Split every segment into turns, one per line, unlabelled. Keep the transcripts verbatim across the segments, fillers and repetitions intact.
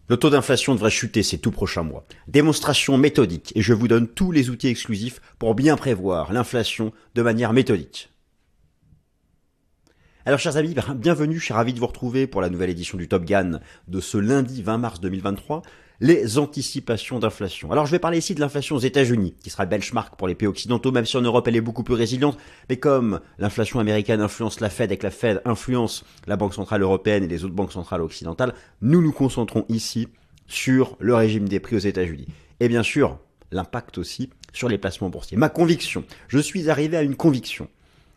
Le taux d'inflation devrait chuter ces tout prochains mois. Démonstration méthodique et je vous donne tous les outils exclusifs pour bien prévoir l'inflation de manière méthodique. Alors chers amis, bienvenue, je suis ravi de vous retrouver pour la nouvelle édition du Top Gun de ce lundi vingt mars deux mille vingt-trois, les anticipations d'inflation. Alors je vais parler ici de l'inflation aux États-Unis, qui sera le benchmark pour les pays occidentaux, même si en Europe elle est beaucoup plus résiliente, mais comme l'inflation américaine influence la Fed et que la Fed influence la Banque Centrale Européenne et les autres banques centrales occidentales, nous nous concentrons ici sur le régime des prix aux États-Unis. Et bien sûr, l'impact aussi sur les placements boursiers. Ma conviction, je suis arrivé à une conviction,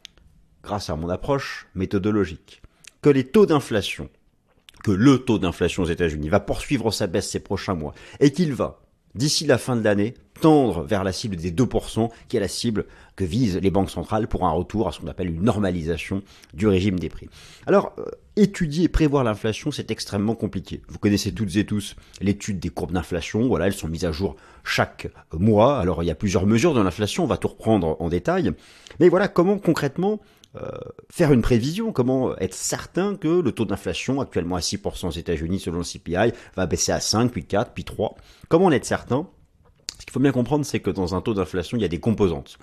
grâce à mon approche méthodologique, que les taux d'inflation, que le taux d'inflation aux États-Unis va poursuivre sa baisse ces prochains mois et qu'il va, d'ici la fin de l'année, tendre vers la cible des deux pour cent, qui est la cible que visent les banques centrales pour un retour à ce qu'on appelle une normalisation du régime des prix. Alors, euh, étudier et prévoir l'inflation, c'est extrêmement compliqué. Vous connaissez toutes et tous l'étude des courbes d'inflation. Voilà, elles sont mises à jour chaque mois. Alors, il y a plusieurs mesures de l'inflation, on va tout reprendre en détail. Mais voilà, comment concrètement Euh, faire une prévision, comment être certain que le taux d'inflation, actuellement à six pour cent aux États-Unis selon le C P I, va baisser à cinq, puis quatre, puis trois. Comment en être certain? Ce qu'il faut bien comprendre, c'est que dans un taux d'inflation, il y a des composantes.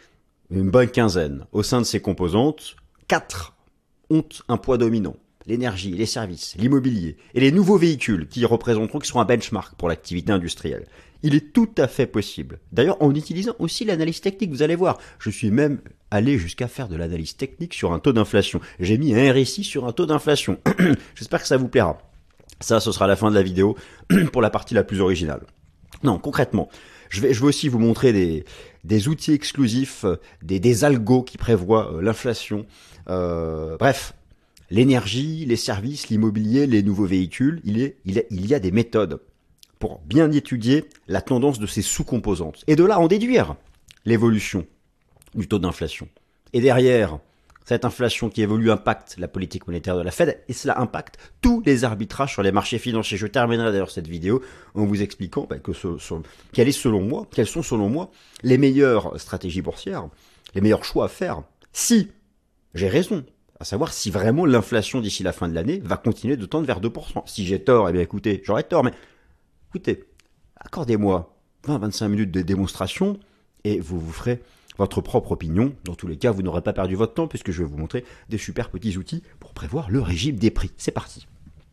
Une bonne quinzaine. Au sein de ces composantes, quatre ont un poids dominant. L'énergie, les services, l'immobilier et les nouveaux véhicules qui représenteront, qui seront un benchmark pour l'activité industrielle. Il est tout à fait possible. D'ailleurs, en utilisant aussi l'analyse technique, vous allez voir, je suis même allé jusqu'à faire de l'analyse technique sur un taux d'inflation. J'ai mis un R S I sur un taux d'inflation. J'espère que ça vous plaira. Ça, ce sera la fin de la vidéo pour la partie la plus originale. Non, concrètement, je vais, je vais aussi vous montrer des, des outils exclusifs, des, des algos qui prévoient euh, l'inflation. Euh, bref, l'énergie, les services, l'immobilier, les nouveaux véhicules, il, est, il, est, il y a des méthodes pour bien étudier la tendance de ces sous-composantes. Et de là, en déduire l'évolution du taux d'inflation. Et derrière, cette inflation qui évolue impacte la politique monétaire de la Fed et cela impacte tous les arbitrages sur les marchés financiers. Je terminerai d'ailleurs cette vidéo en vous expliquant bah, que ce, ce, quelle est selon moi, quelles sont selon moi les meilleures stratégies boursières, les meilleurs choix à faire si j'ai raison. À savoir si vraiment l'inflation d'ici la fin de l'année va continuer de tendre vers deux pour cent. Si j'ai tort, eh bien écoutez, j'aurais tort, mais écoutez, accordez-moi vingt à vingt-cinq minutes de démonstration et vous vous ferez votre propre opinion. Dans tous les cas, vous n'aurez pas perdu votre temps puisque je vais vous montrer des super petits outils pour prévoir le régime des prix. C'est parti.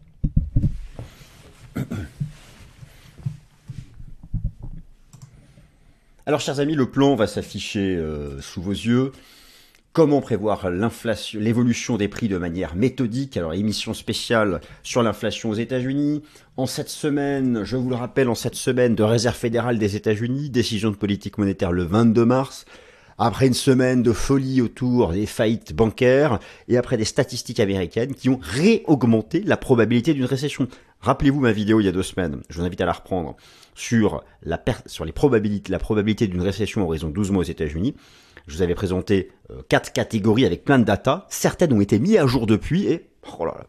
Alors, chers amis, le plan va s'afficher euh, sous vos yeux. Comment prévoir l'inflation, l'évolution des prix de manière méthodique? Alors, émission spéciale sur l'inflation aux États-Unis. En cette semaine, je vous le rappelle, en cette semaine de Réserve fédérale des États-Unis, décision de politique monétaire le vingt-deux mars. Après une semaine de folie autour des faillites bancaires et après des statistiques américaines qui ont réaugmenté la probabilité d'une récession. Rappelez-vous ma vidéo il y a deux semaines, je vous invite à la reprendre, sur, la per- sur les probabilités, la probabilité d'une récession à horizon douze mois aux États-Unis. Je vous avais présenté euh, quatre catégories avec plein de data. Certaines ont été mises à jour depuis et oh là là,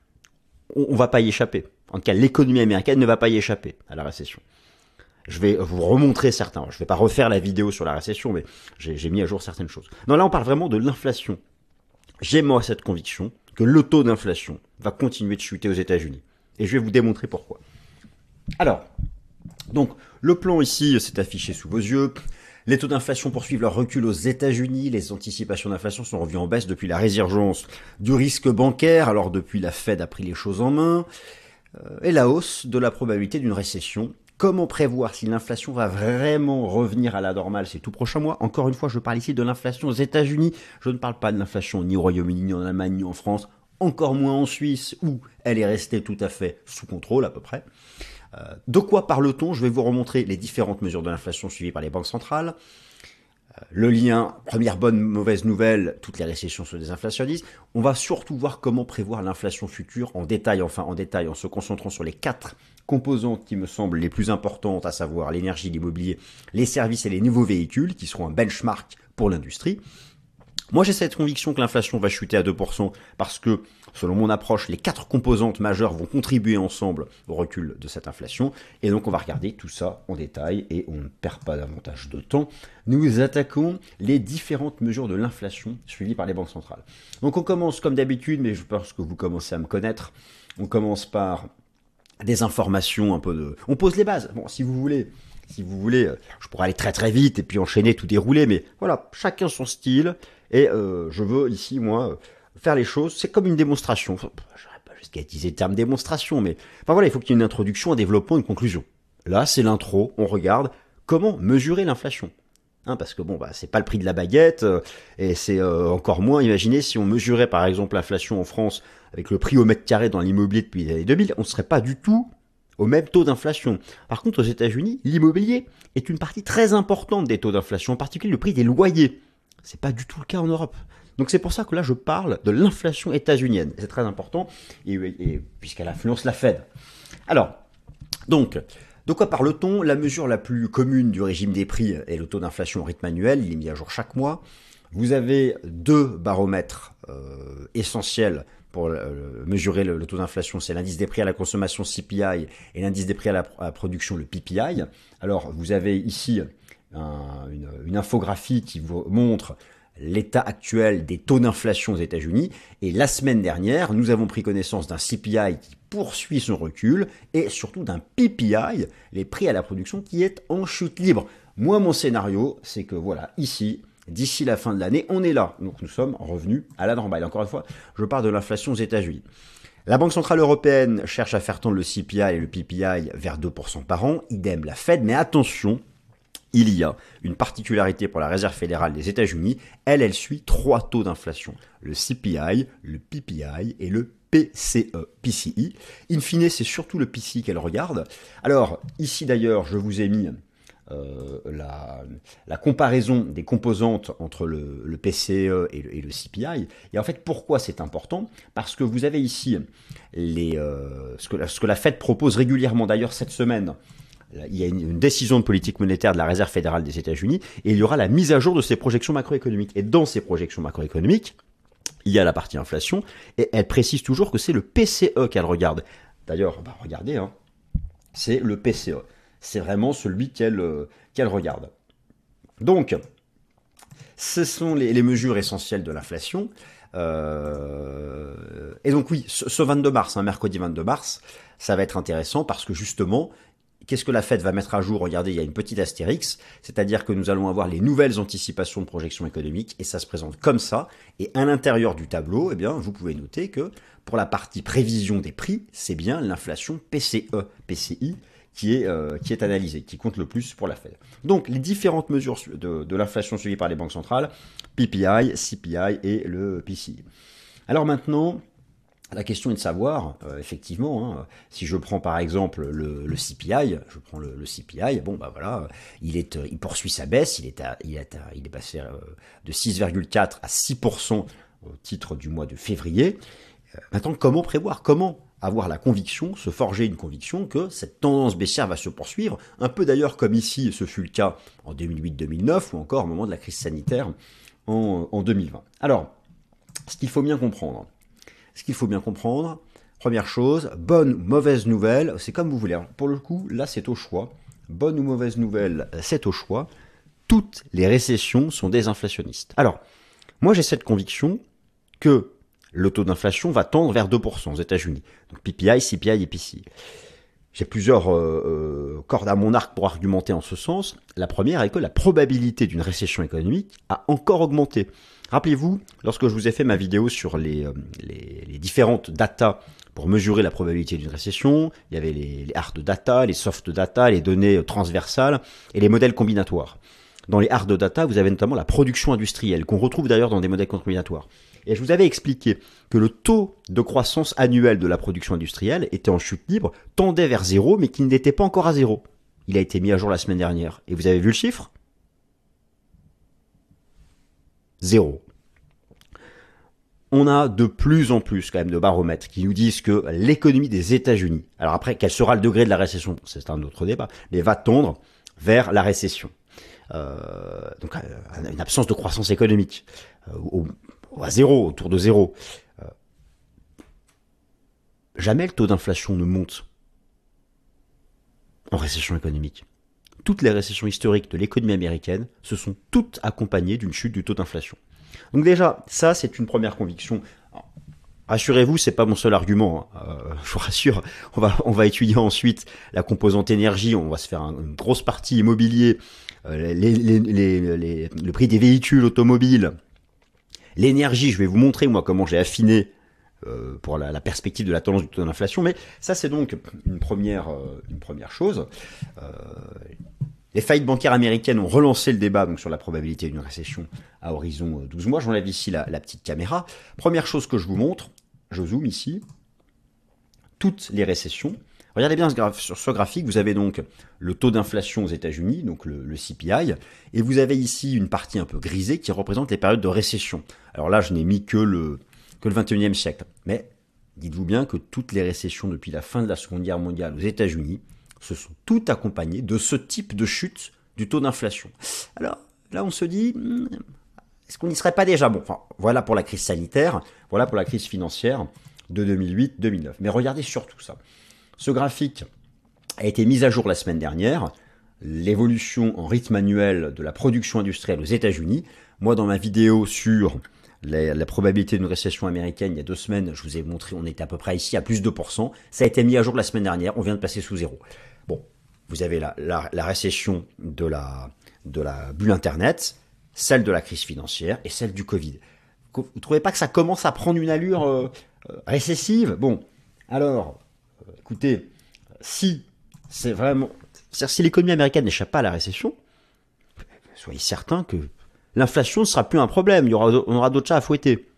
on ne va pas y échapper. En tout cas, l'économie américaine ne va pas y échapper à la récession. Je vais vous remontrer certains. Je ne vais pas refaire la vidéo sur la récession, mais j'ai, j'ai mis à jour certaines choses. Non, là, on parle vraiment de l'inflation. J'ai moi cette conviction que le taux d'inflation va continuer de chuter aux États-Unis. Et je vais vous démontrer pourquoi. Alors, donc, le plan ici s'est affiché sous vos yeux. Les taux d'inflation poursuivent leur recul aux États-Unis. Les anticipations d'inflation sont revues en baisse depuis la résurgence du risque bancaire. Alors, depuis, la Fed a pris les choses en main. Euh, et la hausse de la probabilité d'une récession. Comment prévoir si l'inflation va vraiment revenir à la normale ces tout prochains mois? Encore une fois, je parle ici de l'inflation aux États-Unis. Je ne parle pas de l'inflation ni au Royaume-Uni, ni en Allemagne, ni en France. Encore moins en Suisse, où elle est restée tout à fait sous contrôle à peu près. Euh, de quoi parle-t-on? Je vais vous remontrer les différentes mesures de l'inflation suivies par les banques centrales. Euh, le lien, première bonne, mauvaise nouvelle, toutes les récessions sont désinflationnistes. On va surtout voir comment prévoir l'inflation future en détail, enfin en détail, en se concentrant sur les quatre composantes qui me semblent les plus importantes, à savoir l'énergie, l'immobilier, les services et les nouveaux véhicules, qui seront un benchmark pour l'industrie. Moi, j'ai cette conviction que l'inflation va chuter à deux pour cent parce que, selon mon approche, les quatre composantes majeures vont contribuer ensemble au recul de cette inflation. Et donc, on va regarder tout ça en détail et on ne perd pas davantage de temps. Nous attaquons les différentes mesures de l'inflation suivies par les banques centrales. Donc, on commence comme d'habitude, mais je pense que vous commencez à me connaître. On commence par des informations un peu de... On pose les bases. Bon, si vous voulez, si vous voulez, je pourrais aller très très vite et puis enchaîner, tout dérouler, mais voilà, chacun son style. Et euh, je veux ici, moi, faire les choses. C'est comme une démonstration. Enfin, je n'aurais pas jusqu'à utiliser le terme démonstration, mais enfin voilà, il faut qu'il y ait une introduction, un développement, une conclusion. Là, c'est l'intro. On regarde comment mesurer l'inflation. Hein, parce que bon, bah, c'est pas le prix de la baguette, euh, et c'est euh, encore moins, imaginez, si on mesurait par exemple l'inflation en France avec le prix au mètre carré dans l'immobilier depuis les années deux mille, on ne serait pas du tout au même taux d'inflation. Par contre, aux États-Unis, l'immobilier est une partie très importante des taux d'inflation, en particulier le prix des loyers. C'est pas du tout le cas en Europe. Donc c'est pour ça que là, je parle de l'inflation états-unienne. C'est très important, et, et, puisqu'elle influence la Fed. Alors, donc... De quoi parle-t-on? La mesure la plus commune du régime des prix est le taux d'inflation au rythme annuel, il est mis à jour chaque mois. Vous avez deux baromètres euh, essentiels pour euh, mesurer le, le taux d'inflation, c'est l'indice des prix à la consommation C P I et l'indice des prix à la, à la production, le P P I. Alors vous avez ici un, une, une infographie qui vous montre l'état actuel des taux d'inflation aux États-Unis. Et la semaine dernière, nous avons pris connaissance d'un C P I qui poursuit son recul et surtout d'un P P I, les prix à la production, qui est en chute libre. Moi, mon scénario, c'est que voilà, ici, d'ici la fin de l'année, on est là. Donc nous sommes revenus à la normale. Encore une fois, je parle de l'inflation aux États-Unis. La Banque Centrale Européenne cherche à faire tendre le C P I et le P P I vers deux pour cent par an. Idem la Fed, mais attention, il y a une particularité pour la Réserve fédérale des États-Unis. Elle, elle suit trois taux d'inflation. Le C P I, le P P I et le P C E, P C I. In fine, c'est surtout le P C I qu'elle regarde. Alors, ici d'ailleurs, je vous ai mis euh, la, la comparaison des composantes entre le, le P C E et le, et le C P I. Et en fait, pourquoi c'est important? Parce que vous avez ici les, euh, ce, que la, ce que la Fed propose régulièrement, d'ailleurs cette semaine. Il y a une décision de politique monétaire de la Réserve fédérale des États-Unis et il y aura la mise à jour de ces projections macroéconomiques. Et dans ces projections macroéconomiques, il y a la partie inflation et elle précise toujours que c'est le P C E qu'elle regarde. D'ailleurs, bah regardez, hein, c'est le P C E. C'est vraiment celui qu'elle euh, qu'elle regarde. Donc, ce sont les, les mesures essentielles de l'inflation. Euh, et donc oui, ce, ce vingt-deux mars, hein, mercredi vingt-deux mars, ça va être intéressant parce que justement, qu'est-ce que la Fed va mettre à jour? Regardez, il y a une petite astérix, c'est-à-dire que nous allons avoir les nouvelles anticipations de projections économiques et ça se présente comme ça. Et à l'intérieur du tableau, eh bien, vous pouvez noter que pour la partie prévision des prix, c'est bien l'inflation P C E, P C I qui est, euh, qui est analysée, qui compte le plus pour la Fed. Donc, les différentes mesures de, de l'inflation suivies par les banques centrales, P P I, C P I et le P C I. Alors maintenant, la question est de savoir, euh, effectivement, hein, si je prends par exemple le, le C P I, je prends le, le C P I, bon bah voilà, il est, il poursuit sa baisse, il est, à, il est, à, il est passé euh, de six virgule quatre à six pour cent au titre du mois de février. Euh, maintenant, comment prévoir, comment avoir la conviction, se forger une conviction que cette tendance baissière va se poursuivre, un peu d'ailleurs comme ici, ce fut le cas en deux mille huit deux mille neuf ou encore au moment de la crise sanitaire en, en deux mille vingt. Alors, ce qu'il faut bien comprendre, ce qu'il faut bien comprendre, première chose, bonne ou mauvaise nouvelle, c'est comme vous voulez. Pour le coup, là, c'est au choix. Bonne ou mauvaise nouvelle, c'est au choix. Toutes les récessions sont désinflationnistes. Alors, moi, j'ai cette conviction que le taux d'inflation va tendre vers deux pour cent aux États-Unis. Donc P P I, C P I et P C I. J'ai plusieurs euh, euh, cordes à mon arc pour argumenter en ce sens. La première est que la probabilité d'une récession économique a encore augmenté. Rappelez-vous, lorsque je vous ai fait ma vidéo sur les, euh, les, les différentes datas pour mesurer la probabilité d'une récession, il y avait les, les hard data, les soft data, les données transversales et les modèles combinatoires. Dans les hard data, vous avez notamment la production industrielle, qu'on retrouve d'ailleurs dans des modèles combinatoires. Et je vous avais expliqué que le taux de croissance annuel de la production industrielle était en chute libre, tendait vers zéro, mais qu'il n'était pas encore à zéro. Il a été mis à jour la semaine dernière. Et vous avez vu le chiffre? Zéro. On a de plus en plus quand même de baromètres qui nous disent que l'économie des États-Unis, alors après, quel sera le degré de la récession, c'est un autre débat, mais va tendre vers la récession. Euh, donc euh, une absence de croissance économique, euh, au, à zéro, autour de zéro. Euh, jamais le taux d'inflation ne monte en récession économique. Toutes les récessions historiques de l'économie américaine se sont toutes accompagnées d'une chute du taux d'inflation. Donc déjà, ça c'est une première conviction. Alors, rassurez-vous, c'est pas mon seul argument. Hein. Euh, je vous rassure, on va on va étudier ensuite la composante énergie. On va se faire un, une grosse partie immobilier, euh, les, les, les, les, le prix des véhicules automobiles, l'énergie. Je vais vous montrer moi comment j'ai affiné euh, pour la, la perspective de la tendance du taux d'inflation. Mais ça, c'est donc une première euh, une première chose. Euh, Les faillites bancaires américaines ont relancé le débat donc, sur la probabilité d'une récession à horizon douze mois. J'enlève ici la, la petite caméra. Première chose que je vous montre, je zoome ici, toutes les récessions. Regardez bien ce graph, sur ce graphique, vous avez donc le taux d'inflation aux États-Unis, donc le, le C P I, et vous avez ici une partie un peu grisée qui représente les périodes de récession. Alors là, je n'ai mis que le, que le vingt et unième siècle. Mais dites-vous bien que toutes les récessions depuis la fin de la Seconde Guerre mondiale aux États-Unis se sont toutes accompagnées de ce type de chute du taux d'inflation. Alors là, on se dit, est-ce qu'on n'y serait pas déjà? Bon, enfin, voilà pour la crise sanitaire, voilà pour la crise financière de deux mille huit deux mille neuf. Mais regardez surtout ça. Ce graphique a été mis à jour la semaine dernière, l'évolution en rythme annuel de la production industrielle aux États-Unis. Moi, dans ma vidéo sur la, la probabilité d'une récession américaine, il y a deux semaines, je vous ai montré, on était à peu près ici à plus de deux pour cent. Ça a été mis à jour la semaine dernière, on vient de passer sous zéro. Bon, vous avez la, la, la récession de la, de la bulle Internet, celle de la crise financière et celle du Covid. Vous ne trouvez pas que ça commence à prendre une allure euh, euh, récessive? Bon, alors, euh, écoutez, si c'est vraiment... C'est-à-dire, si l'économie américaine n'échappe pas à la récession, soyez certains que l'inflation ne sera plus un problème, il y aura, on aura d'autres chats à fouetter.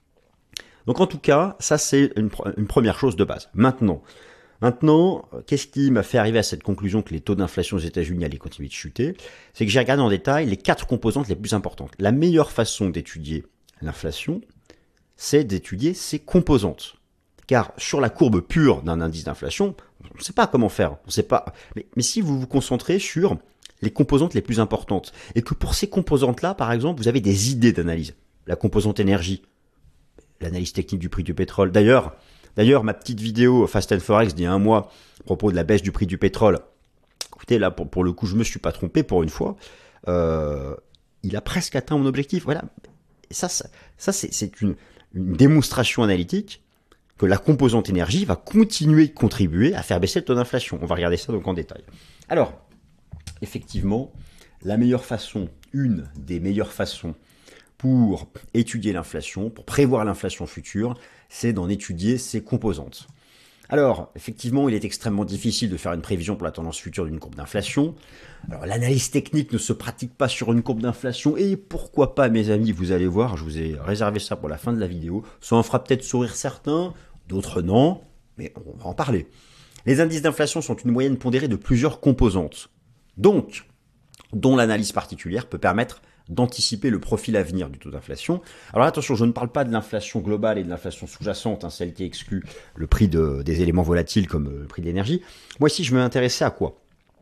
Donc en tout cas, ça c'est une, une première chose de base. Maintenant, Maintenant, qu'est-ce qui m'a fait arriver à cette conclusion que les taux d'inflation aux États-Unis allaient continuer de chuter? C'est que j'ai regardé en détail les quatre composantes les plus importantes. La meilleure façon d'étudier l'inflation, c'est d'étudier ses composantes. Car sur la courbe pure d'un indice d'inflation, on ne sait pas comment faire. On sait pas. Mais, mais si vous vous concentrez sur les composantes les plus importantes, et que pour ces composantes-là, par exemple, vous avez des idées d'analyse. La composante énergie, l'analyse technique du prix du pétrole. D'ailleurs, D'ailleurs, ma petite vidéo Fast and Forex d'il y a un mois à propos de la baisse du prix du pétrole, écoutez, là, pour, pour le coup, je me suis pas trompé pour une fois. Euh, il a presque atteint mon objectif. Voilà. Et ça, ça, ça c'est, c'est une, une démonstration analytique que la composante énergie va continuer de contribuer à faire baisser le taux d'inflation. On va regarder ça donc en détail. Alors, effectivement, la meilleure façon, une des meilleures façons pour étudier l'inflation, pour prévoir l'inflation future, c'est d'en étudier ses composantes. Alors, effectivement, il est extrêmement difficile de faire une prévision pour la tendance future d'une courbe d'inflation. Alors, l'analyse technique ne se pratique pas sur une courbe d'inflation, et pourquoi pas, mes amis, vous allez voir, je vous ai réservé ça pour la fin de la vidéo. Ça en fera peut-être sourire certains, d'autres non, mais on va en parler. Les indices d'inflation sont une moyenne pondérée de plusieurs composantes, donc, dont l'analyse particulière peut permettre d'anticiper le profil à venir du taux d'inflation. Alors attention, je ne parle pas de l'inflation globale et de l'inflation sous-jacente, hein, celle qui exclut le prix de, des éléments volatiles comme le prix de l'énergie. Moi ici, je vais m'intéresser à quoi?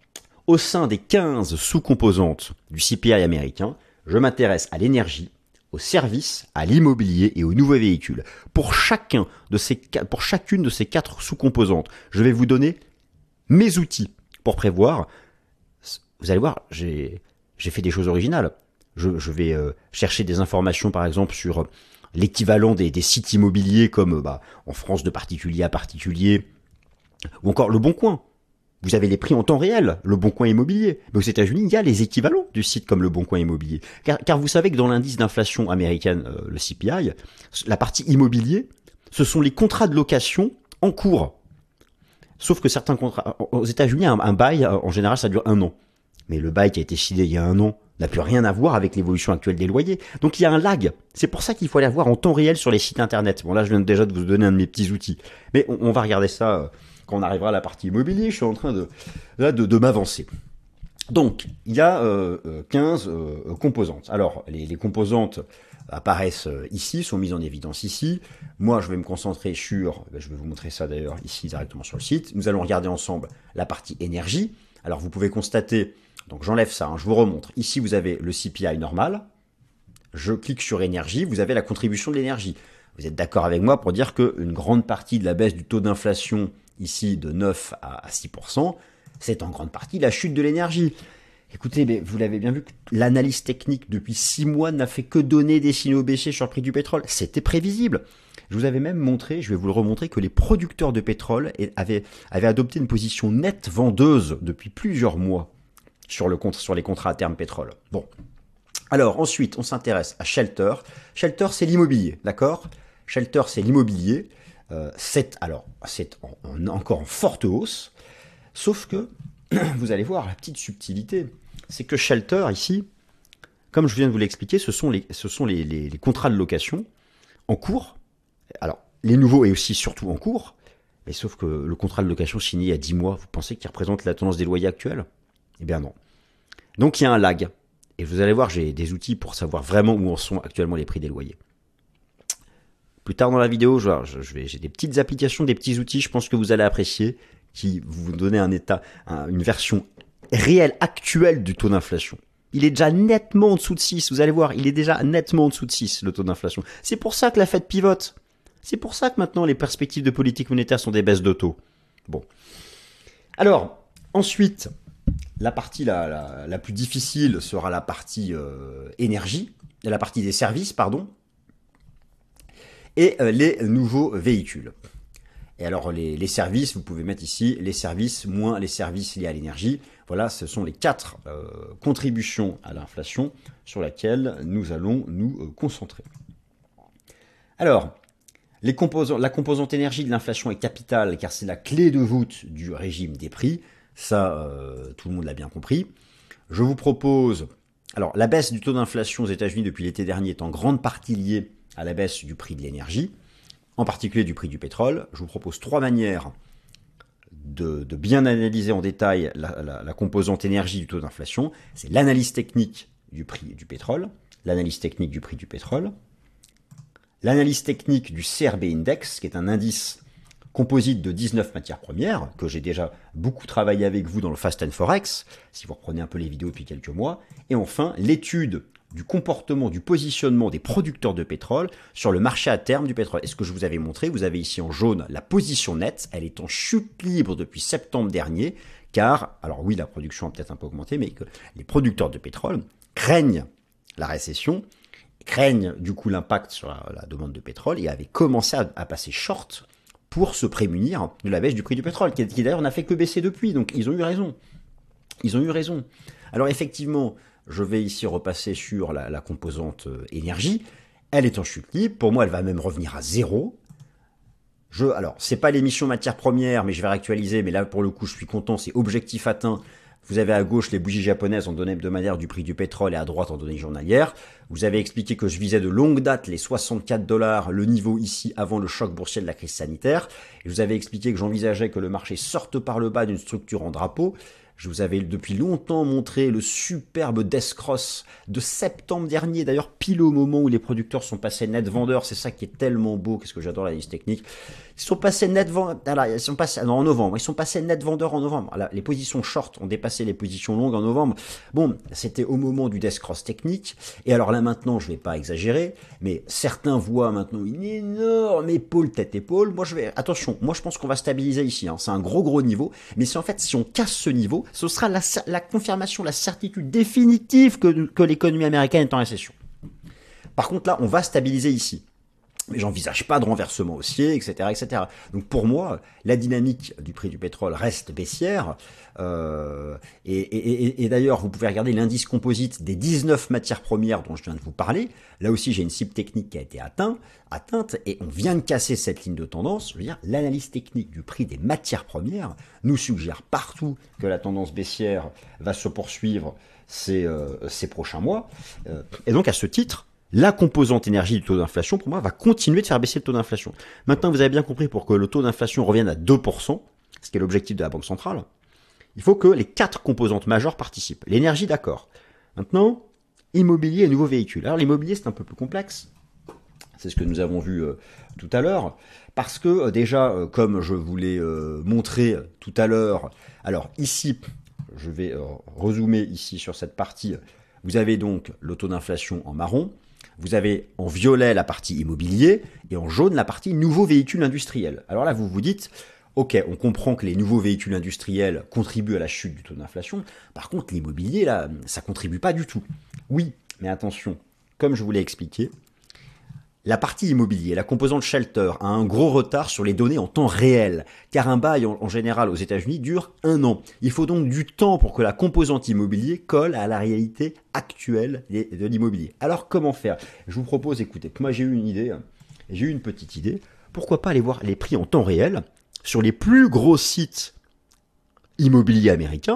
Au sein des quinze sous-composantes du C P I américain, je m'intéresse à l'énergie, aux services, à l'immobilier et aux nouveaux véhicules. Pour chacun de ces, pour chacune de ces quatre sous-composantes, je vais vous donner mes outils pour prévoir. Vous allez voir, j'ai, j'ai fait des choses originales. Je, je vais euh, chercher des informations, par exemple, sur euh, l'équivalent des, des sites immobiliers comme euh, bah, en France de particulier à particulier, ou encore Le Bon Coin. Vous avez les prix en temps réel, Le Bon Coin immobilier. Mais aux États-Unis, il y a les équivalents du site comme Le Bon Coin immobilier. Car, car vous savez que dans l'indice d'inflation américaine, euh, le C P I, la partie immobilier, ce sont les contrats de location en cours. Sauf que certains contrats... Aux États-Unis, un, un bail, en général, ça dure un an. Mais le bail qui a été signé il y a un an n'a plus rien à voir avec l'évolution actuelle des loyers. Donc il y a un lag. C'est pour ça qu'il faut aller voir en temps réel sur les sites internet. Bon là, je viens déjà de vous donner un de mes petits outils. Mais on, on va regarder ça quand on arrivera à la partie immobilier. Je suis en train de, là, de, de m'avancer. Donc, il y a euh, quinze euh, composantes. Alors, les, les composantes apparaissent ici, sont mises en évidence ici. Moi, je vais me concentrer sur, je vais vous montrer ça d'ailleurs ici directement sur le site. Nous allons regarder ensemble la partie énergie. Alors, vous pouvez constater... Donc j'enlève ça, hein, je vous remontre. Ici, vous avez le C P I normal. Je clique sur énergie, vous avez la contribution de l'énergie. Vous êtes d'accord avec moi pour dire qu'une grande partie de la baisse du taux d'inflation, ici de neuf à six pour cent, c'est en grande partie la chute de l'énergie. Écoutez, mais vous l'avez bien vu, l'analyse technique depuis six mois n'a fait que donner des signaux baissiers sur le prix du pétrole. C'était prévisible. Je vous avais même montré, je vais vous le remontrer, que les producteurs de pétrole avaient, avaient adopté une position nette vendeuse depuis plusieurs mois sur, le, sur les contrats à terme pétrole. Bon. Alors ensuite, on s'intéresse à Shelter. Shelter, c'est l'immobilier, d'accord? Shelter, c'est l'immobilier. Euh, c'est alors, c'est en, en, encore en forte hausse. Sauf que, vous allez voir, la petite subtilité, c'est que Shelter, ici, comme je viens de vous l'expliquer, ce sont, les, ce sont les, les, les contrats de location en cours. Alors, les nouveaux et aussi surtout en cours. Mais sauf que le contrat de location signé il y a dix mois, vous pensez qu'il représente la tendance des loyers actuels? Eh bien non. Donc il y a un lag. Et vous allez voir, j'ai des outils pour savoir vraiment où en sont actuellement les prix des loyers. Plus tard dans la vidéo, je, je vais, j'ai des petites applications, des petits outils, je pense que vous allez apprécier, qui vous donnent un état, un, une version réelle, actuelle du taux d'inflation. Il est déjà nettement en dessous de six, vous allez voir, il est déjà nettement en dessous de six, le taux d'inflation. C'est pour ça que la Fed pivote. C'est pour ça que maintenant les perspectives de politique monétaire sont des baisses de taux. Bon. Alors, ensuite, la partie la, la, la plus difficile sera la partie euh, énergie, la partie des services, pardon, et euh, les nouveaux véhicules. Et alors les, les services, vous pouvez mettre ici les services moins les services liés à l'énergie. Voilà, ce sont les quatre euh, contributions à l'inflation sur lesquelles nous allons nous euh, concentrer. Alors, les composants, la composante énergie de l'inflation est capitale car c'est la clé de voûte du régime des prix. Ça, euh, tout le monde l'a bien compris. Je vous propose... Alors, la baisse du taux d'inflation aux États-Unis depuis l'été dernier est en grande partie liée à la baisse du prix de l'énergie, en particulier du prix du pétrole. Je vous propose trois manières de, de bien analyser en détail la, la, la composante énergie du taux d'inflation. C'est l'analyse technique du prix du pétrole, l'analyse technique du prix du pétrole, l'analyse technique du C R B Index, qui est un indice composite de dix-neuf matières premières, que j'ai déjà beaucoup travaillé avec vous dans le Fast and Forex, si vous reprenez un peu les vidéos depuis quelques mois. Et enfin, l'étude du comportement, du positionnement des producteurs de pétrole sur le marché à terme du pétrole. Et ce que je vous avais montré, vous avez ici en jaune la position nette, elle est en chute libre depuis septembre dernier, car, alors oui, la production a peut-être un peu augmenté, mais que les producteurs de pétrole craignent la récession, craignent du coup l'impact sur la, la demande de pétrole, et avaient commencé à, à passer short pour se prémunir de la baisse du prix du pétrole, qui, qui d'ailleurs n'a fait que baisser depuis, donc ils ont eu raison. Ils ont eu raison. Alors effectivement, je vais ici repasser sur la, la composante euh, énergie. Elle est en chute libre. Pour moi, elle va même revenir à zéro. Je, alors, c'est pas l'émission matières premières, mais je vais réactualiser. Mais là, pour le coup, je suis content. C'est objectif atteint. Vous avez à gauche les bougies japonaises en données hebdomadaires du prix du pétrole et à droite en données journalières. Vous avez expliqué que je visais de longue date les soixante-quatre dollars, le niveau ici avant le choc boursier de la crise sanitaire. Et je vous avais expliqué que j'envisageais que le marché sorte par le bas d'une structure en drapeau. Je vous avais depuis longtemps montré le superbe Death Cross de septembre dernier, d'ailleurs pile au moment où les producteurs sont passés net vendeurs. C'est ça qui est tellement beau, qu'est-ce que j'adore la liste technique. Ils sont passés net vendeurs, ils sont passés non, en novembre, ils sont passés net vendeurs en novembre. Alors, les positions short ont dépassé les positions longues en novembre. Bon, c'était au moment du Death Cross technique. Et alors là maintenant, je vais pas exagérer, mais certains voient maintenant une énorme épaule tête-épaule. Moi je vais, attention, moi je pense qu'on va stabiliser ici. Hein. C'est un gros gros niveau, mais si en fait si on casse ce niveau, ce sera la, la confirmation, la certitude définitive que, que l'économie américaine est en récession. Par contre là, on va stabiliser ici. Mais j'envisage pas de renversement haussier, et cetera, et cetera. Donc pour moi, la dynamique du prix du pétrole reste baissière. Euh, et, et, et, et d'ailleurs, vous pouvez regarder l'indice composite des dix-neuf matières premières dont je viens de vous parler. Là aussi, j'ai une cible technique qui a été atteinte, atteinte et on vient de casser cette ligne de tendance. Je veux dire, l'analyse technique du prix des matières premières nous suggère partout que la tendance baissière va se poursuivre ces, euh, ces prochains mois. Euh, et donc à ce titre, la composante énergie du taux d'inflation, pour moi, va continuer de faire baisser le taux d'inflation. Maintenant, vous avez bien compris, pour que le taux d'inflation revienne à deux pour cent, ce qui est l'objectif de la Banque centrale, il faut que les quatre composantes majeures participent. L'énergie, d'accord. Maintenant, immobilier et nouveaux véhicules. Alors, l'immobilier, c'est un peu plus complexe. C'est ce que nous avons vu euh, tout à l'heure. Parce que, euh, déjà, euh, comme je vous l'ai euh, montré tout à l'heure, alors ici, je vais euh, rezoomer ici sur cette partie. Vous avez donc le taux d'inflation en marron. Vous avez en violet la partie immobilier et en jaune la partie nouveaux véhicules industriels. Alors là, vous vous dites, Ok, on comprend que les nouveaux véhicules industriels contribuent à la chute du taux d'inflation. Par contre, l'immobilier, là, ça contribue pas du tout. Oui, mais attention, comme je vous l'ai expliqué, la partie immobilier, la composante shelter, a un gros retard sur les données en temps réel, car un bail en, en général aux États-Unis dure un an. Il faut donc du temps pour que la composante immobilier colle à la réalité actuelle de l'immobilier. Alors comment faire? Je vous propose, écoutez, moi j'ai eu une idée, j'ai eu une petite idée. Pourquoi pas aller voir les prix en temps réel sur les plus gros sites immobiliers américains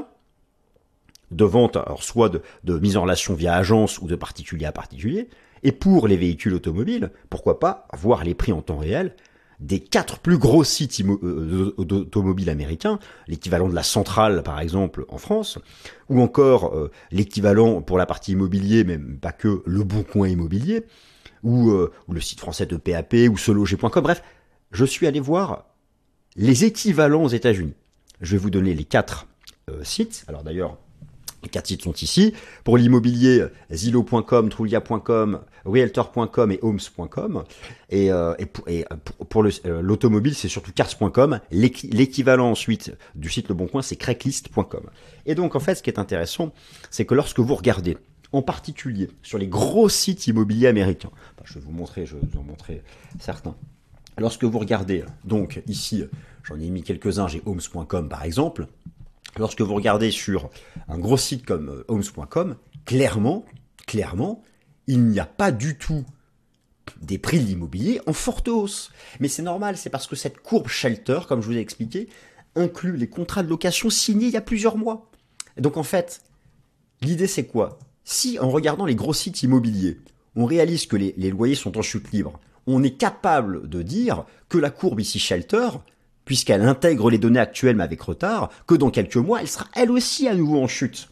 de vente, alors soit de, de mise en relation via agence ou de particulier à particulier. Et pour les véhicules automobiles, pourquoi pas voir les prix en temps réel des quatre plus gros sites automobiles américains, l'équivalent de la Centrale par exemple en France, ou encore euh, l'équivalent pour la partie immobilier, mais pas que, le Bon Coin Immobilier, ou, euh, ou le site français de P A P, ou seloger point com. Bref, je suis allé voir les équivalents aux États-Unis. Je vais vous donner les quatre euh, sites. Alors d'ailleurs, les quatre sites sont ici. Pour l'immobilier, Zillow point com, Trulia point com, Realtor point com et Homes point com. Et, euh, et, pour, et pour, pour le, euh, l'automobile, c'est surtout Cars point com. L'équ- l'équivalent ensuite du site Le Bon Coin, c'est Craigslist point com. Et donc, en fait, ce qui est intéressant, c'est que lorsque vous regardez, en particulier sur les gros sites immobiliers américains, enfin, je vais vous montrer, je vais vous en montrer certains. Lorsque vous regardez, donc ici, j'en ai mis quelques-uns, j'ai Homes point com par exemple. Lorsque vous regardez sur un gros site comme Homes point com, clairement, clairement, il n'y a pas du tout des prix de l'immobilier en forte hausse. Mais c'est normal, c'est parce que cette courbe shelter, comme je vous ai expliqué, inclut les contrats de location signés il y a plusieurs mois. Et donc en fait, l'idée c'est quoi? Si en regardant les gros sites immobiliers, on réalise que les, les loyers sont en chute libre, on est capable de dire que la courbe ici shelter, puisqu'elle intègre les données actuelles mais avec retard, que dans quelques mois, elle sera elle aussi à nouveau en chute.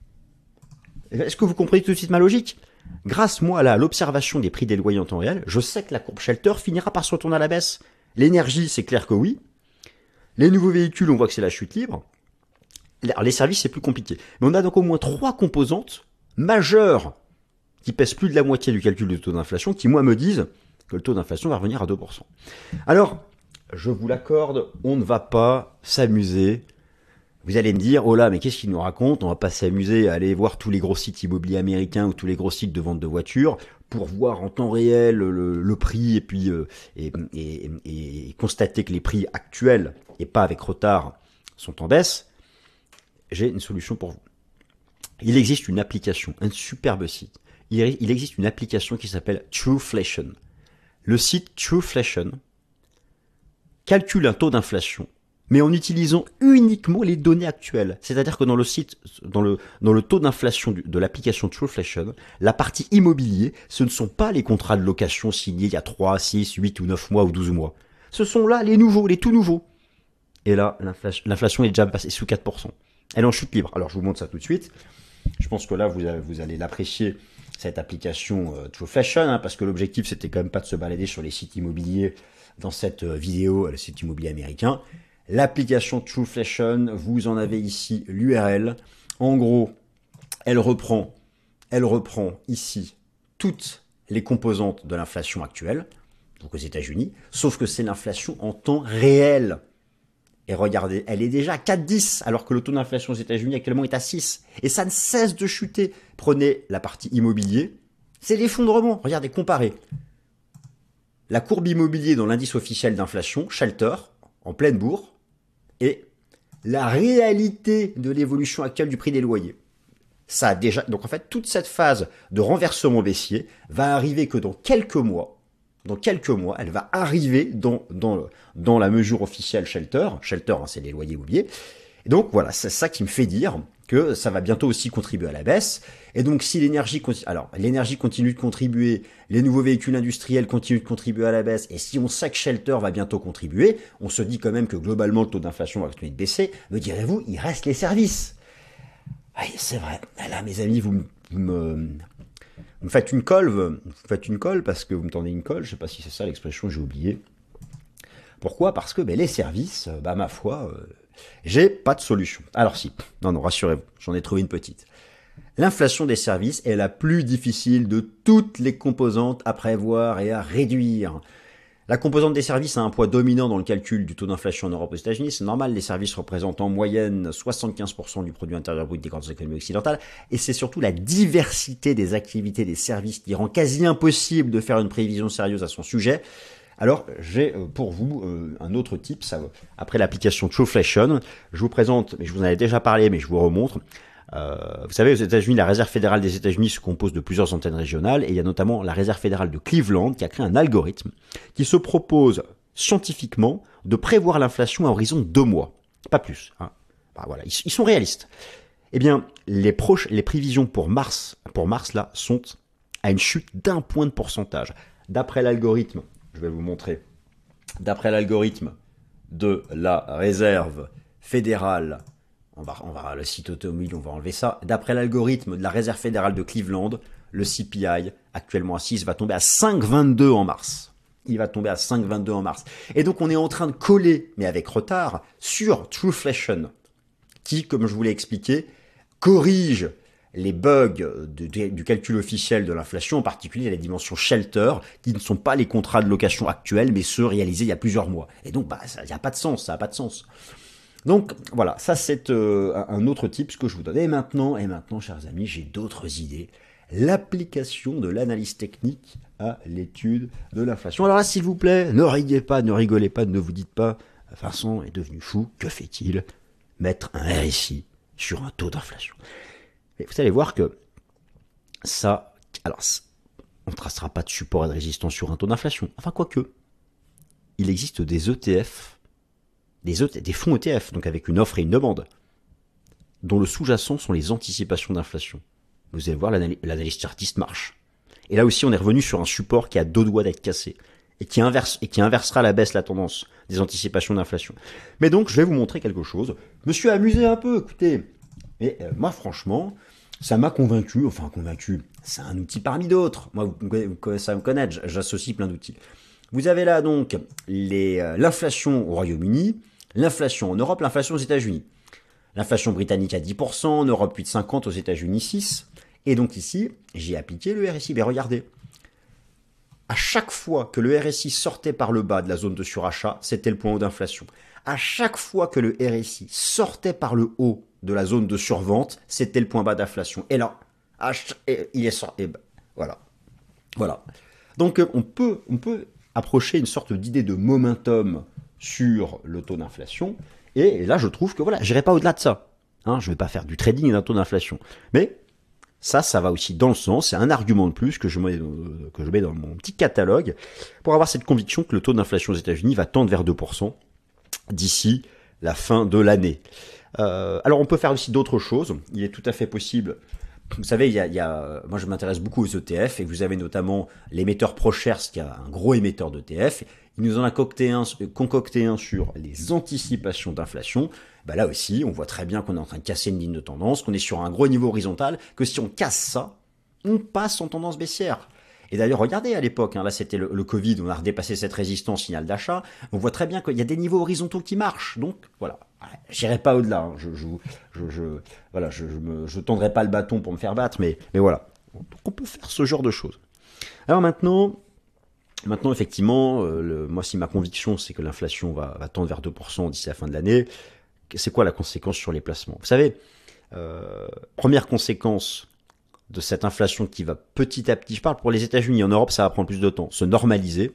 Est-ce que vous comprenez tout de suite ma logique? Grâce, moi, là, à l'observation des prix des loyers en temps réel, je sais que la courbe shelter finira par se retourner à la baisse. L'énergie, c'est clair que oui. Les nouveaux véhicules, on voit que c'est la chute libre. Alors, les services, c'est plus compliqué. Mais on a donc au moins trois composantes majeures qui pèsent plus de la moitié du calcul du taux d'inflation, qui, moi, me disent que le taux d'inflation va revenir à deux pour cent. Alors, je vous l'accorde, on ne va pas s'amuser. Vous allez me dire, oh là, mais qu'est-ce qu'il nous raconte? On va pas s'amuser à aller voir tous les gros sites immobiliers américains ou tous les gros sites de vente de voitures pour voir en temps réel le, le prix et puis euh, et, et, et, et constater que les prix actuels et pas avec retard sont en baisse. J'ai une solution pour vous. Il existe une application, un superbe site. Il, il existe une application qui s'appelle Trueflation. Le site Trueflation calcule un taux d'inflation, mais en utilisant uniquement les données actuelles. C'est-à-dire que dans le site, dans le, dans le taux d'inflation du, de l'application Trueflation, la partie immobilier, ce ne sont pas les contrats de location signés il y a trois, six, huit ou neuf mois ou douze mois. Ce sont là les nouveaux, les tout nouveaux. Et là, l'inflation, l'inflation est déjà passée sous quatre pour cent. Elle est en chute libre. Alors, je vous montre ça tout de suite. Je pense que là, vous, vous allez l'apprécier, cette application euh, Trueflation, hein, parce que l'objectif, c'était quand même pas de se balader sur les sites immobiliers dans cette vidéo, le site immobilier américain. L'application Trueflation, vous en avez ici l'U R L. En gros, elle reprend, elle reprend ici toutes les composantes de l'inflation actuelle, donc aux États-Unis, sauf que c'est l'inflation en temps réel. Et regardez, elle est déjà à quatre virgule dix, alors que le taux d'inflation aux États-Unis actuellement est à six. Et ça ne cesse de chuter. Prenez la partie immobilier, c'est l'effondrement. Regardez, comparez. La courbe immobilier dans l'indice officiel d'inflation, Shelter, en pleine bourre, et la réalité de l'évolution actuelle du prix des loyers. Ça a déjà, donc en fait, toute cette phase de renversement baissier va arriver que dans quelques mois. Dans quelques mois, elle va arriver dans, dans, dans la mesure officielle Shelter. Shelter, hein, c'est les loyers immobiliers. Et donc voilà, c'est ça qui me fait dire que ça va bientôt aussi contribuer à la baisse. Et donc si l'énergie, alors l'énergie continue de contribuer, les nouveaux véhicules industriels continuent de contribuer à la baisse, et si on sait que Shelter va bientôt contribuer, on se dit quand même que globalement le taux d'inflation va continuer de baisser. Me direz-vous, il reste les services. Oui, c'est vrai. Là, mes amis, vous me, vous me, vous me faites une colle, vous faites une colle parce que vous me tendez une colle. Je sais pas si c'est ça l'expression, j'ai oublié. Pourquoi? Parce que ben, les services, bah ma foi. Euh, J'ai pas de solution. Alors si, non, non, rassurez-vous, j'en ai trouvé une petite. L'inflation des services est la plus difficile de toutes les composantes à prévoir et à réduire. La composante des services a un poids dominant dans le calcul du taux d'inflation en Europe et aux États-Unis. C'est normal, les services représentent en moyenne soixante-quinze pour cent du produit intérieur brut des grandes économies occidentales. Et c'est surtout la diversité des activités des services qui rend quasi impossible de faire une prévision sérieuse à son sujet. Alors, j'ai pour vous un autre type, ça, après l'application Trueflation. Je vous présente, mais je vous en avais déjà parlé, mais je vous remontre. Euh, vous savez, aux États-Unis, la Réserve fédérale des États-Unis se compose de plusieurs antennes régionales et il y a notamment la Réserve fédérale de Cleveland qui a créé un algorithme qui se propose scientifiquement de prévoir l'inflation à horizon de deux mois, pas plus. Hein. Bah, voilà, ils, ils sont réalistes. Eh bien, les proches, les prévisions pour mars, pour mars là, sont à une chute d'un point de pourcentage. D'après l'algorithme, je vais vous montrer. D'après l'algorithme de la Réserve fédérale. On va, on va, le site automobile, on va enlever ça. D'après l'algorithme de la Réserve fédérale de Cleveland, le C P I, actuellement à six, va tomber à cinq virgule vingt-deux en mars. Il va tomber à cinq virgule vingt-deux en mars. Et donc, on est en train de coller, mais avec retard, sur Trueflation, qui, comme je vous l'ai expliqué, corrige les bugs de, de, du calcul officiel de l'inflation, en particulier les dimensions shelter, qui ne sont pas les contrats de location actuels, mais ceux réalisés il y a plusieurs mois. Et donc, bah, ça n'a pas de sens, ça n'a pas de sens. Donc voilà, ça c'est euh, un autre type ce que je vous donne. Et maintenant, et maintenant, chers amis, j'ai d'autres idées. L'application de l'analyse technique à l'étude de l'inflation. Alors là, s'il vous plaît, ne riez pas, ne rigolez pas, ne vous dites pas, Vincent est devenu fou, que fait-il? Mettre un R S I sur un taux d'inflation. Mais vous allez voir que ça, alors on ne tracera pas de support et de résistance sur un taux d'inflation. Enfin, quoique, il existe des E T F, Des, E T, des fonds E T F, donc avec une offre et une demande, dont le sous-jacent sont les anticipations d'inflation. Vous allez voir, l'analyse chartiste marche. Et là aussi, on est revenu sur un support qui a deux doigts d'être cassé, et qui, inverse, et qui inversera la baisse la tendance des anticipations d'inflation. Mais donc, je vais vous montrer quelque chose. Je me suis amusé un peu, écoutez. Et euh, moi, franchement, ça m'a convaincu, enfin convaincu, c'est un outil parmi d'autres. Moi, vous, vous commencez à me connaître, j'associe plein d'outils. Vous avez là donc les, euh, l'inflation au Royaume-Uni, l'inflation en Europe, l'inflation aux États-Unis. L'inflation britannique à dix pour cent, en Europe huit virgule cinquante, aux États-Unis six. Et donc ici, j'ai appliqué le R S I. Mais regardez, à chaque fois que le R S I sortait par le bas de la zone de surachat, c'était le point haut d'inflation. À chaque fois que le R S I sortait par le haut de la zone de survente, c'était le point bas d'inflation. Et là, il est sorti. Et ben, voilà. Voilà. Donc on peut, on peut approcher une sorte d'idée de momentum sur le taux d'inflation. Et là, je trouve que voilà, je n'irai pas au-delà de ça. Hein, je ne vais pas faire du trading d'un taux d'inflation. Mais ça, ça va aussi dans le sens. C'est un argument de plus que je, mets, que je mets dans mon petit catalogue pour avoir cette conviction que le taux d'inflation aux États-Unis va tendre vers deux pour cent d'ici la fin de l'année. Euh, alors, on peut faire aussi d'autres choses. Il est tout à fait possible. Vous savez, il y a, il y a, moi je m'intéresse beaucoup aux E T F et vous avez notamment l'émetteur ProShares qui a un gros émetteur d'E T F. Il nous en a concocté un, concocté un sur les anticipations d'inflation. Bah là aussi, on voit très bien qu'on est en train de casser une ligne de tendance, qu'on est sur un gros niveau horizontal, que si on casse ça, on passe en tendance baissière. Et d'ailleurs, regardez à l'époque, hein, là c'était le, le Covid, on a redépassé cette résistance signal d'achat. On voit très bien qu'il y a des niveaux horizontaux qui marchent. Donc voilà, j'irai pas au-delà. Hein. Je, je, je, je, voilà, je, je, me, je tendrai pas le bâton pour me faire battre, mais, mais voilà. Donc on peut faire ce genre de choses. Alors maintenant, maintenant effectivement, euh, le, moi si ma conviction c'est que l'inflation va, va tendre vers deux pour cent d'ici la fin de l'année, c'est quoi la conséquence sur les placements? Vous savez, euh, première conséquence de cette inflation qui va petit à petit, je parle pour les États-Unis, en Europe ça va prendre plus de temps, se normaliser,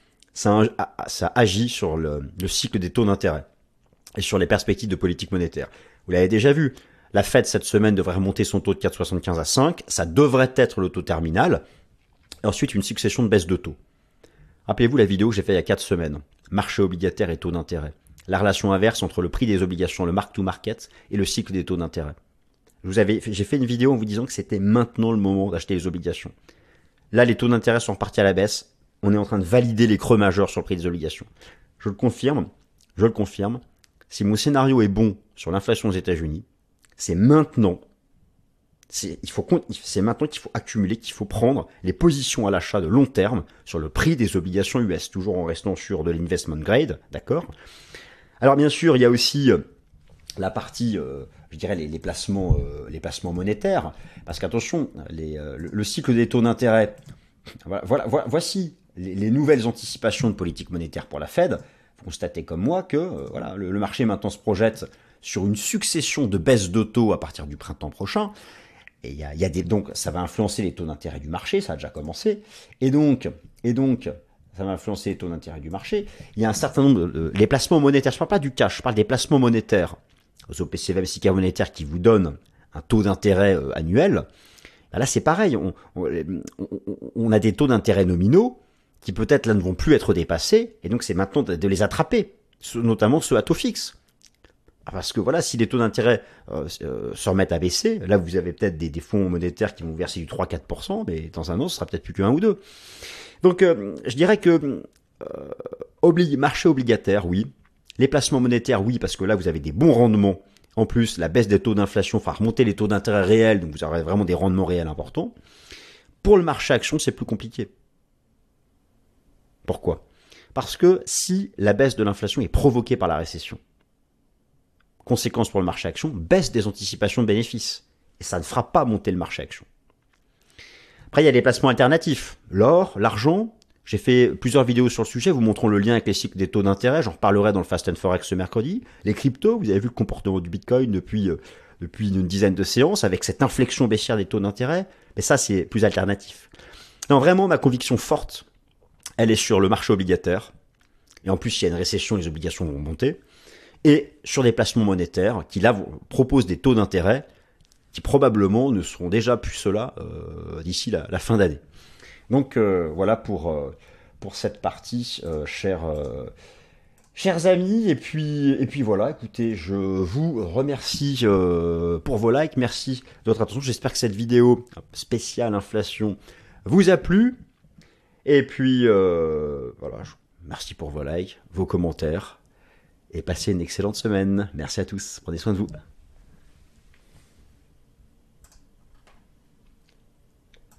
ça, ça agit sur le, le cycle des taux d'intérêt et sur les perspectives de politique monétaire. Vous l'avez déjà vu, la Fed cette semaine devrait remonter son taux de quatre virgule soixante-quinze à cinq, ça devrait être le taux terminal, et ensuite une succession de baisses de taux. Rappelez-vous la vidéo que j'ai faite il y a quatre semaines, marché obligataire et taux d'intérêt, la relation inverse entre le prix des obligations, le mark-to-market et le cycle des taux d'intérêt. Vous avez, j'ai fait une vidéo en vous disant que c'était maintenant le moment d'acheter les obligations. Là, les taux d'intérêt sont repartis à la baisse. On est en train de valider les creux majeurs sur le prix des obligations. Je le confirme, je le confirme. Si mon scénario est bon sur l'inflation aux États-Unis, c'est maintenant, c'est, il faut, c'est maintenant qu'il faut accumuler, qu'il faut prendre les positions à l'achat de long terme sur le prix des obligations U S, toujours en restant sur de l'investment grade, d'accord? Alors bien sûr, il y a aussi la partie, euh, je dirais, les, les, placements, euh, les placements monétaires, parce qu'attention, les, euh, le, le cycle des taux d'intérêt, voilà, voilà, voici les, les nouvelles anticipations de politique monétaire pour la Fed, vous constatez comme moi que euh, voilà, le, le marché maintenant se projette sur une succession de baisses de taux à partir du printemps prochain. Et il y a, y a des, donc, ça va influencer les taux d'intérêt du marché, ça a déjà commencé. Et donc, et donc, ça va influencer les taux d'intérêt du marché. Il y a un certain nombre de, les placements monétaires, je ne parle pas du cash, je parle des placements monétaires, aux O P C V M, S I C A monétaires qui vous donnent un taux d'intérêt euh, annuel. Là, c'est pareil, on, on, on a des taux d'intérêt nominaux qui peut-être là ne vont plus être dépassés, et donc c'est maintenant de, de les attraper, notamment ceux à taux fixe. Parce que voilà, si les taux d'intérêt euh, euh, se remettent à baisser, là vous avez peut-être des, des fonds monétaires qui vont verser du trois à quatre pour cent, mais dans un an ce sera peut-être plus que un ou deux. Donc euh, je dirais que euh, obli- marché obligataire, oui. Les placements monétaires, oui, parce que là vous avez des bons rendements. En plus, la baisse des taux d'inflation fera remonter les taux d'intérêt réels, donc vous aurez vraiment des rendements réels importants. Pour le marché action, c'est plus compliqué. Pourquoi ? Parce que si la baisse de l'inflation est provoquée par la récession, conséquence pour le marché action, baisse des anticipations de bénéfices. Et ça ne fera pas monter le marché action. Après, il y a des placements alternatifs. L'or, l'argent. J'ai fait plusieurs vidéos sur le sujet, vous montrant le lien avec les cycles des taux d'intérêt. J'en reparlerai dans le Fast and Forex ce mercredi. Les cryptos, vous avez vu le comportement du Bitcoin depuis, euh, depuis une dizaine de séances, avec cette inflexion baissière des taux d'intérêt. Mais ça, c'est plus alternatif. Non, vraiment, ma conviction forte, elle est sur le marché obligataire. Et en plus, s'il y a une récession, les obligations vont monter. Et sur des placements monétaires qui là proposent des taux d'intérêt qui probablement ne seront déjà plus ceux-là euh, d'ici la, la fin d'année. Donc euh, voilà pour, euh, pour cette partie, euh, chers, euh, chers amis. Et puis, et puis voilà, écoutez, je vous remercie euh, pour vos likes. Merci de votre attention. J'espère que cette vidéo spéciale inflation vous a plu. Et puis euh, voilà, je, merci pour vos likes, vos commentaires. Et passez une excellente semaine. Merci à tous. Prenez soin de vous.